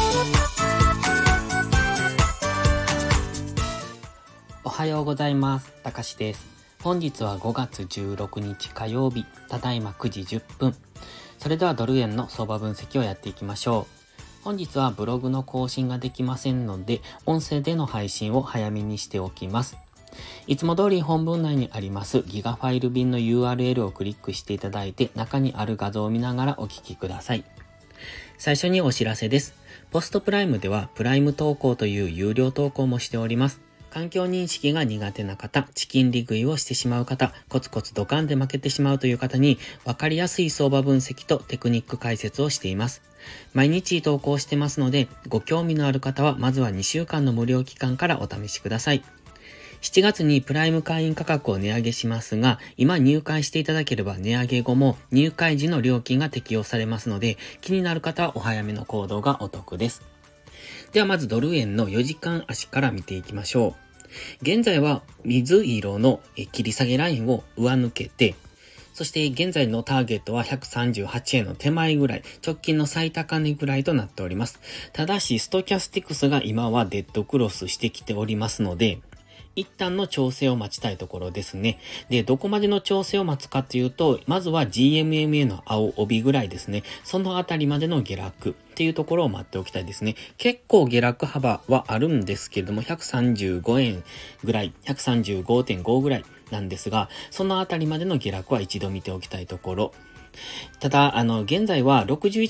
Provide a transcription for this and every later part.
おはようございます。たかしです。本日は5月16日火曜日、ただいま9時10分。それではドル円の相場分析をやっていきましょう。本日はブログの更新ができませんので、音声での配信を早めにしておきます。いつも通り本文内にありますギガファイル便の URL をクリックしていただいて、中にある画像を見ながらお聞きください。最初にお知らせです。ポストプライムではプライム投稿という有料投稿もしております。環境認識が苦手な方、チキン利食いをしてしまう方、コツコツドカンで負けてしまうという方に、わかりやすい相場分析とテクニック解説をしています。毎日投稿してますので、ご興味のある方はまずは2週間の無料期間からお試しください。7月にプライム会員価格を値上げしますが、今入会していただければ値上げ後も入会時の料金が適用されますので、気になる方はお早めの行動がお得です。ではまずドル円の4時間足から見ていきましょう。現在は水色の切り下げラインを上抜けて、そして現在のターゲットは138円の手前ぐらい、直近の最高値ぐらいとなっております。ただしストキャスティクスが今はデッドクロスしてきておりますので、一旦の調整を待ちたいところですね。で、どこまでの調整を待つかというと、まずは GMMA の青帯ぐらいですね。そのあたりまでの下落っていうところを待っておきたいですね。結構下落幅はあるんですけれども、135円ぐらい、135.5 ぐらいなんですが、そのあたりまでの下落は一度見ておきたいところ。ただ、現在は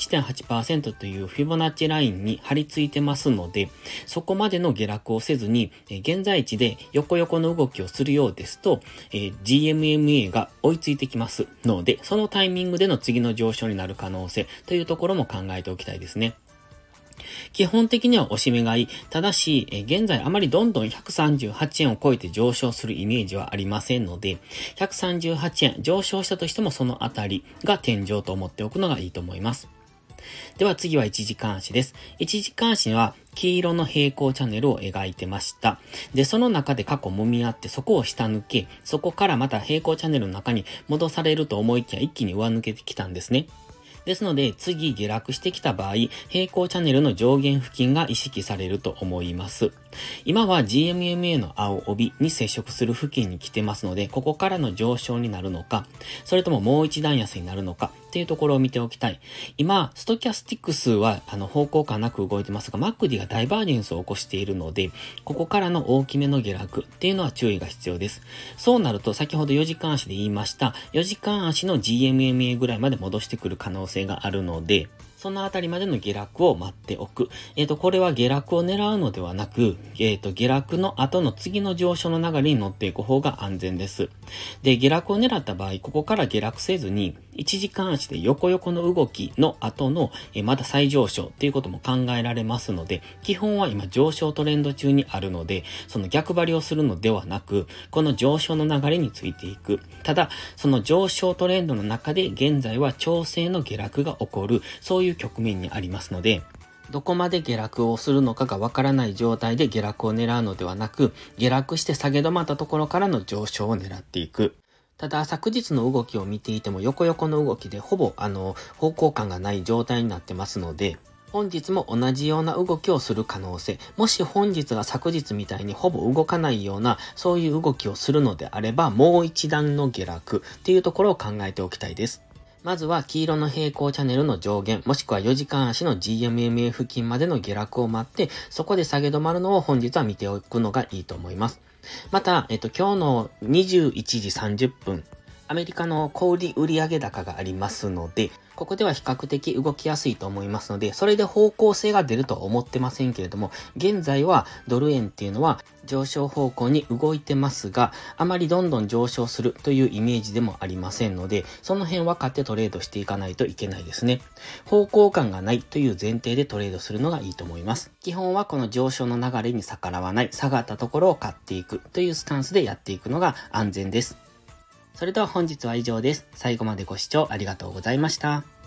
61.8% というフィボナッチラインに張り付いてますので、そこまでの下落をせずに、現在地で横の動きをするようですと、GMMA が追いついてきますので、そのタイミングでの次の上昇になる可能性というところも考えておきたいですね。基本的には押し目買い。ただし、現在あまりどんどん138円を超えて上昇するイメージはありませんので、138円上昇したとしてもそのあたりが天井と思っておくのがいいと思います。では次は1時間足です。1時間足は黄色の平行チャンネルを描いてました。で、その中で過去揉み合ってそこを下抜け、そこからまた平行チャンネルの中に戻されると思いきや一気に上抜けてきたんですね。ですので、次下落してきた場合、平行チャンネルの上限付近が意識されると思います。今は GMMA の青帯に接触する付近に来てますので、ここからの上昇になるのか、それとももう一段安になるのかっていうところを見ておきたい。今、ストキャスティクスは方向感なく動いてますが、マクディがダイバージェンスを起こしているので、ここからの大きめの下落っていうのは注意が必要です。そうなると、先ほど4時間足で言いました、4時間足の GMMA ぐらいまで戻してくる可能性があるので、そのあたりまでの下落を待っておく。これは下落を狙うのではなく、下落の後の次の上昇の流れに乗っていく方が安全です。で、下落を狙った場合、ここから下落せずに、1時間足で横の動きの後の、まだ再上昇っていうことも考えられますので、基本は今上昇トレンド中にあるので、その逆張りをするのではなく、この上昇の流れについていく。ただ、その上昇トレンドの中で現在は調整の下落が起こる、そういう局面にありますので、どこまで下落をするのかがわからない状態で下落を狙うのではなく、下落して下げ止まったところからの上昇を狙っていく。ただ昨日の動きを見ていても横の動きでほぼ方向感がない状態になってますので、本日も同じような動きをする可能性、もし本日が昨日みたいにほぼ動かないようなそういう動きをするのであれば、もう一段の下落っていうところを考えておきたいです。まずは黄色の平行チャンネルの上限、もしくは4時間足の GMMA 付近までの下落を待って、そこで下げ止まるのを本日は見ておくのがいいと思います。また、今日の21時30分、アメリカの小売売上高がありますので、ここでは比較的動きやすいと思いますので、それで方向性が出るとは思ってませんけれども、現在はドル円っていうのは上昇方向に動いてますが、あまりどんどん上昇するというイメージでもありませんので、その辺分かってトレードしていかないといけないですね。方向感がないという前提でトレードするのがいいと思います。基本はこの上昇の流れに逆らわない、下がったところを買っていくというスタンスでやっていくのが安全です。それでは本日は以上です。最後までご視聴ありがとうございました。